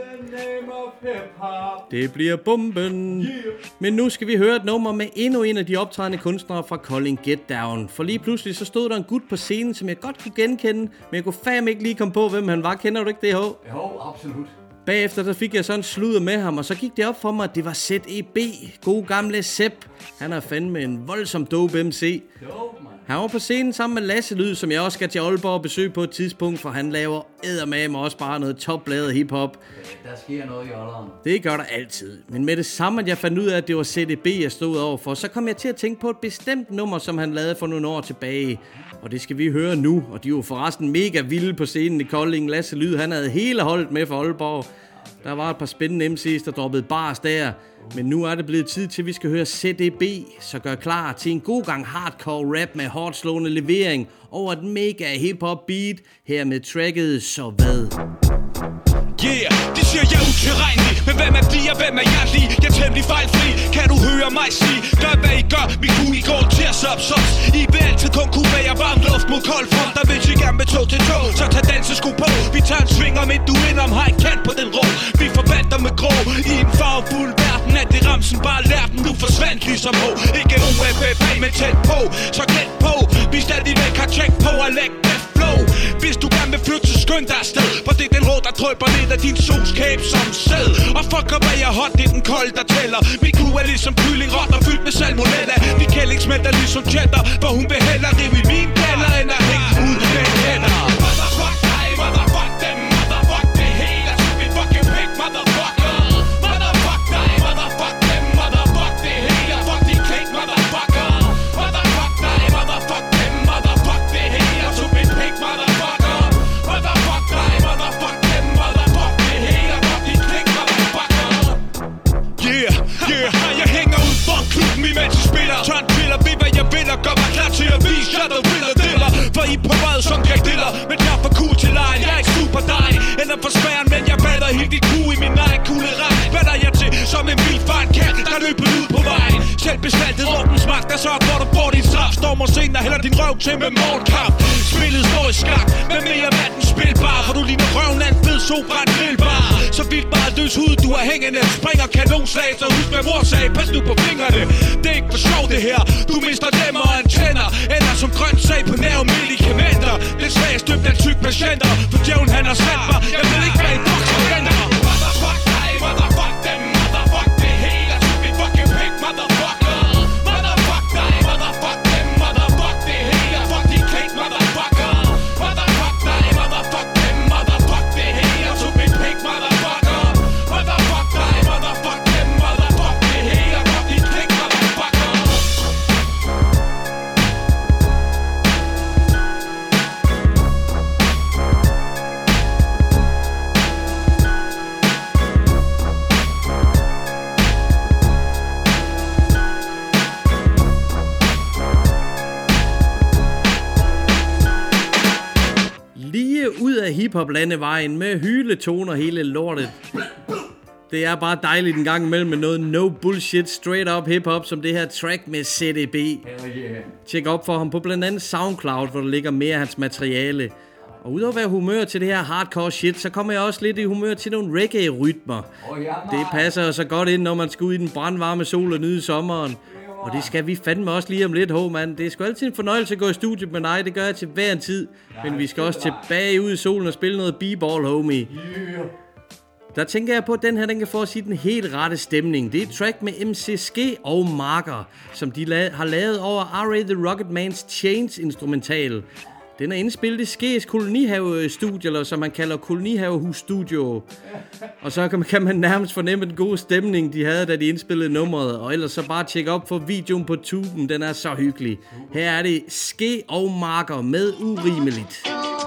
Det bliver bomben. Men nu skal vi høre et nummer med endnu en af de optrædende kunstnere fra Kolding Get Down. For lige pludselig så stod der en gut på scenen, som jeg godt kunne genkende, men jeg kunne fandme ikke lige komme på, hvem han var. Kender du ikke det, H? Jo, absolut. Bagefter der fik jeg sådan en sludder med ham, og så gik det op for mig, at det var ZEB. God gamle Sepp. Han er fandme en voldsom dope MC. Han var på scenen sammen med Lasse Lyd, som jeg også skal til Aalborg og besøge på et tidspunkt, for han laver eddermame også bare noget topladet hiphop. Der sker noget i ålderen. Det gør der altid. Men med det samme, at jeg fandt ud af, at det var ZEB, jeg stod overfor, så kom jeg til at tænke på et bestemt nummer, som han lavede for nogle år tilbage. Og det skal vi høre nu, og de var forresten mega vilde på scenen i Kolding. Lasse Lyd, han havde hele holdet med for Aalborg. Der var et par spændende MC's, der droppede bars der. Men nu er det blevet tid til, at vi skal høre ZEB, så gør klar til en god gang hardcore rap med hårdt slående levering over et mega hip-hop beat. Her med tracket Så Hvad? Yeah, de siger jeg er utilregnelig. Men hvem er de og hvem er jeg lige? Jeg er temmelig fejlfri, kan du høre mig sige? Gør hvad I gør, vi kunne i går til at subsubs. I vil altid kun kunne være varm luft mod kold front. Der vil I gerne med tog til tog, så tag dansesko på. Vi tager en sving om et du ind om har en kant på den rå. Vi forvandler med grå i en farvefuld verden. At det ramsen bare lær den, nu forsvandt ligesom H. Ikke UFFA, men tæt på, så gæt på. Vi stadigvæk har tjek på at lægge det flow. Hvis du gerne vil flytte, så skynd dig afsted. For det er den rå, der drøber ned af din solskab som sæd. Og fuck op hvad jeg hot, det er den kold, der tæller. Min kuh er ligesom kylling, rotter fyldt med salmonella. Vi kælling smelter ligesom cheddar, for hun vil hellere rive i min kælder, end at hænge ud med hænder. Motherfuck dig, motherfuck dem, motherfuck det hele. Så vi fucking pick, motherfucker. Motherfuck dig, motherfuck dem, motherfuck det hele. Fuck de klik, motherfucker. Motherfuck dig, motherfuck dem, motherfuck det hele. Så vi pick, motherfucker. Motherfuck dig, motherfuck dem, motherfuck det hele. Fuck de klik, motherfucker. Yeah, yeah, jeg hænger ud for klubben imens I spiller. Tør en piller, ved hvad jeg vil og gør mig klar til at vise jer der vil og diller. For I på rød som grædiller. Men jeg er for cool til lejen, jeg er ikke super dig. Eller for sværen, men jeg batter helt dit kuh i min egen kugle ret. Hvad der jeg til som en vild fart kat, der løber ud på vejen. Selv bestaltet ordens magt, der sørger for du får din straf. Stormer senere hælder din røv til med morgenkamp. Spillet står i skak, med mere vand den spilbar. For du ligner røven af en fed solbrændt grillbar. Så vildt bare løs hud, du er hængende. Springer kanonslag, så husk hvad mor sagde. Pas nu på fingrene, det er ikke for sjov det her. Du mister lemmer og antenner. Ender som grønt sag på nervemedikamenter. Det svage støbt af tyk patienter. For djævlen han har sendt mig. Jeg ved ikke hvad en doktor venter. Motherfuck dig, motherfuck dem, motherfuck det hele. Så vi fucking pick, motherfucker. Motherfuck dig, motherfuck dem, motherfuck det hele. Fuck de klik, motherfucker. Motherfuck dig, motherfuck dem, motherfuck det hele. Så vi pick, motherfucker. Motherfuck dig, motherfuck dem, motherfuck det hele. Fuck de klik, motherfucker. Lige ud af hiphop-landevejen med hyletoner hele lortet. Det er bare dejligt en gang imellem med noget no bullshit straight up hip-hop, som det her track med CDB. Tjek op for ham på blandt andet SoundCloud, hvor der ligger mere af hans materiale. Og udover at være humør til det her hardcore shit, så kommer jeg også lidt i humør til nogle reggae-rytmer. Det passer så godt ind, når man skal ud i den brandvarme sol og nyde sommeren. Og det skal vi fandme også lige om lidt, mand. Det er sgu altid en fornøjelse at gå i studiet med dig. Det gør jeg til hver en tid. Men vi skal også tilbage ud i solen og spille noget b-ball, homie. Der tænker jeg på, at den her den kan få os i den helt rette stemning. Det er et track med MC Ske og Marker, som de har lavet over R.A. The Rocket Man's Chains instrumental. Den er indspillet i Skes kolonihave-studie, eller som man kalder kolonihavehus-studio. Og så kan man nærmest fornemme den gode stemning, de havde, da de indspillede nummeret. Og ellers så bare tjek op for videoen på tuben, den er så hyggelig. Her er det Ske og Marker med Urimeligt.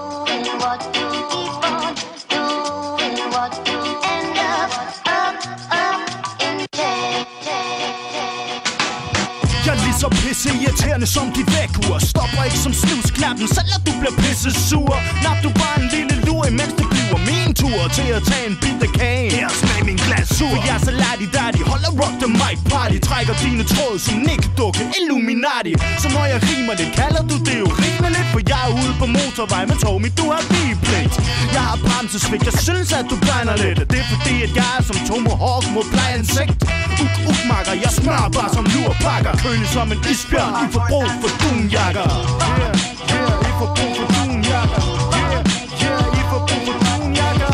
Jeg er lige så pisse irriterende som dit vækur. Stopper ikke som snusknappen, selvom du bliver pisse sur. Nap du bare en lille lur, imens det bliver min tur til at tage en bid af kagen. Her smag min glasur. For jeg er så ladi-dadi, holder rock the mic party. Trækker dine tråd som Nick-dukke, Illuminati. Så når jeg rimer det, kalder du det jo rimeligt. For jeg er ude på motorvej med Tommy, du har bipligt. Jeg har bremsesvigt, jeg synes at du brænder lidt. Det er fordi at jeg er som Tomahawk mod plejensigt. Makker, jeg smører bare som lurpakker. Kølig som en isbjørn, I får brug for dunjakker. I får brug for dunjakker. I får brug for dunjakker.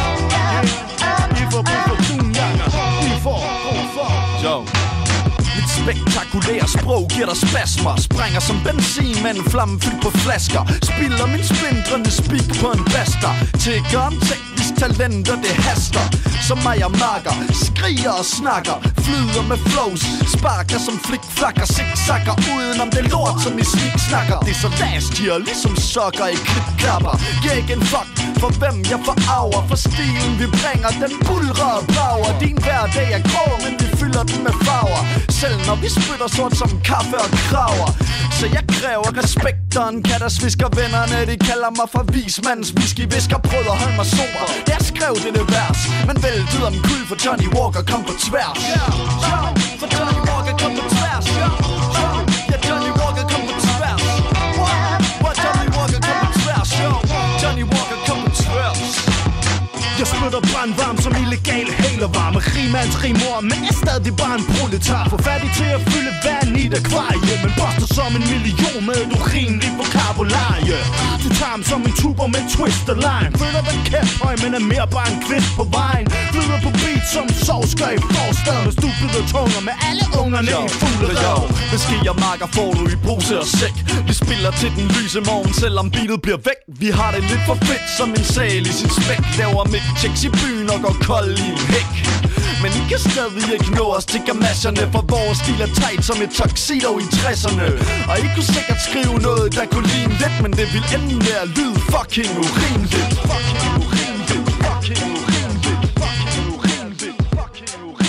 I får brug for dunjakker. I får brug for. Jo. Mit spektakulære sprog giver dig spasmer. Sprænger som benzin med en flamme fyldt på flasker. Spilder min splindrende speak på en baster. Tækker om teknisk talent og det haster. Som mig og Marker, skriger og snakker. Flyder med flows, sparker som flikflakker. Zigzagger udenom det lort som I sniksnakker. Det er så last year, ligesom sokker i klipklapper. Giv ikke en fuck for hvem jeg forarver. For stilen vi bringer, den bulrer power. Din hverdag er grå, men vi fylder den med farver. Selv når vi spytter sort som kaffe og kraver. Så jeg kræver respekt og en katasvisker. Vennerne de kalder mig for vismandens whisky. Visker prød og hold mig sober. Jeg skrev dette vers, men væltede om kul for Johnny Walker kom på tværs. For Johnny Walker kom på tværs. Ja, Johnny Walker kom på tværs. Johnny Walker kom på tværs. Johnny Walker kom på tværs. Jeg spytter brandvarm som illegal hælervarme. Rimands rimor, men er stadig bare en proletar. For fattig til at fylde vand i et akvarie, men boster som en million med et urimeligt vokabularie. Du tager ham som en tuber med twist og lime. Føler dig kæphøj, men er mere bare en kvist på vejen. Flyder på beat som sovsker i forstaden. Med stublede tunger med alle ungerne i fuglerøv. Hvis jeg Marker får du i pose og sæk. Vi spiller til den lyse morgen, selvom beatet bliver væk. Vi har det lidt for fedt som en sal i sit spæk. Laver mit checks i byen og går kold i en hæk. Men I kan stadig ikke nå os til gamasherne. For vores stil er tight som et tuxedo i 60'erne. Og I kunne sikkert skrive noget der kunne ligne lidt, men det vil ende med at lyde fucking urimeligt. Fucking urimeligt. Fucking urimeligt. Fucking urimeligt. Fucking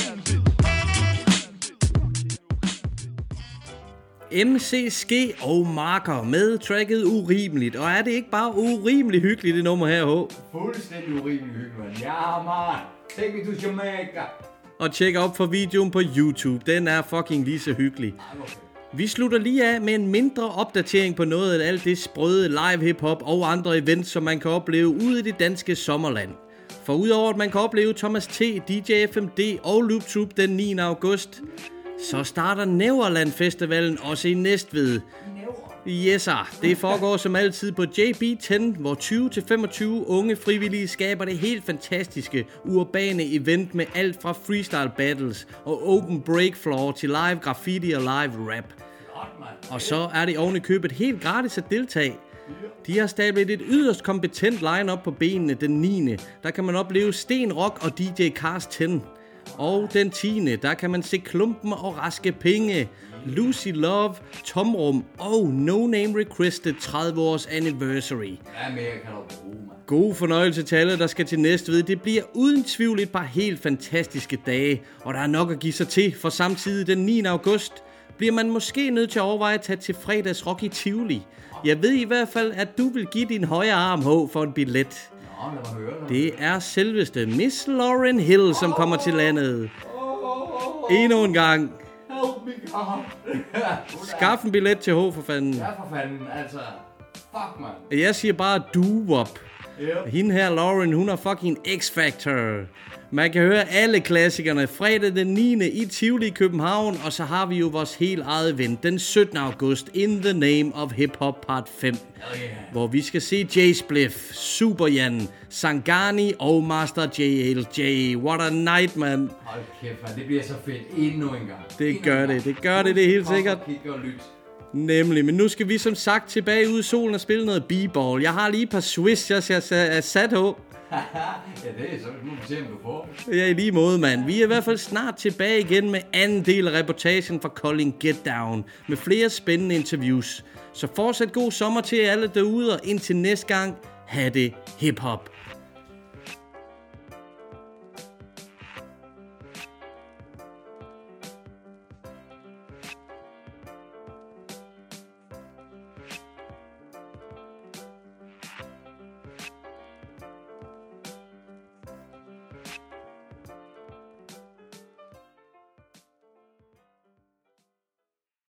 urimeligt. MC Ske og Marker med tracket Urimeligt. Og er det ikke bare urimeligt hyggeligt, det nummer her, H? Fuldstændig urimeligt hyggeligt, man. Ja, man. Take me to Jamaica. Og tjek op for videoen på YouTube. Den er fucking lige så hyggelig. Vi slutter lige af med en mindre opdatering på noget af alt det sprøde live hiphop og andre events, som man kan opleve ude i det danske sommerland. For udover at man kan opleve Thomas T, DJ FMD og Loop Troop den 9. august, så starter Neverland Festivalen også i Næstved. Yes'er. Det foregår som altid på JB10, hvor 20-25 unge frivillige skaber det helt fantastiske urbane event med alt fra freestyle battles og open break floor til live graffiti og live rap. Og så er det oven i købet helt gratis at deltage. De har stablet et yderst kompetent line-up på benene den 9. Der kan man opleve Sten Rock og DJ Cars 10. Og den 10. der kan man se Klumpen og Raske Penge, Lucy Love, Tomrum og No Name Requested 30 års anniversary. Hvad mere kan du bruge, man? God fornøjelse til alle, der skal til Næstved. Det bliver uden tvivl et par helt fantastiske dage, og der er nok at give sig til, for samtidig den 9. august bliver man måske nødt til at overveje at tage til fredagsrock i Tivoli. Jeg ved i hvert fald, at du vil give din højre arm H for en billet. Det er selveste Miss Lauryn Hill, som kommer til landet. Endnu en gang. Help me, God. Skaff en billet til H for fanden. Ja, for fanden, altså. Fuck, man. Jeg siger bare doo-wop. Yep. Hende her, Lauren, hun er fucking X-Factor. Man kan høre alle klassikerne fredag den 9. i Tivoli i København. Og så har vi jo vores helt eget event den 17. august. In the Name of Hip Hop Part 5. Hvor vi skal se Jay Spliff, Super Jan, Sangani og Master JLJ. What a night, man. Hold kæft, man. Det bliver så fedt endnu en gang. Det gør det er helt sikkert. Nemlig, men nu skal vi som sagt tilbage ud i solen og spille noget b-ball. Jeg har lige et par swish, jeg er sat på. Ja, det er så nu vi se, om du får. Ja, i lige måde, mand. Vi er i hvert fald snart tilbage igen med anden del af reportagen fra Kolding Get Down. Med flere spændende interviews. Så fortsat god sommer til alle derude, og indtil næste gang, ha' det hip-hop.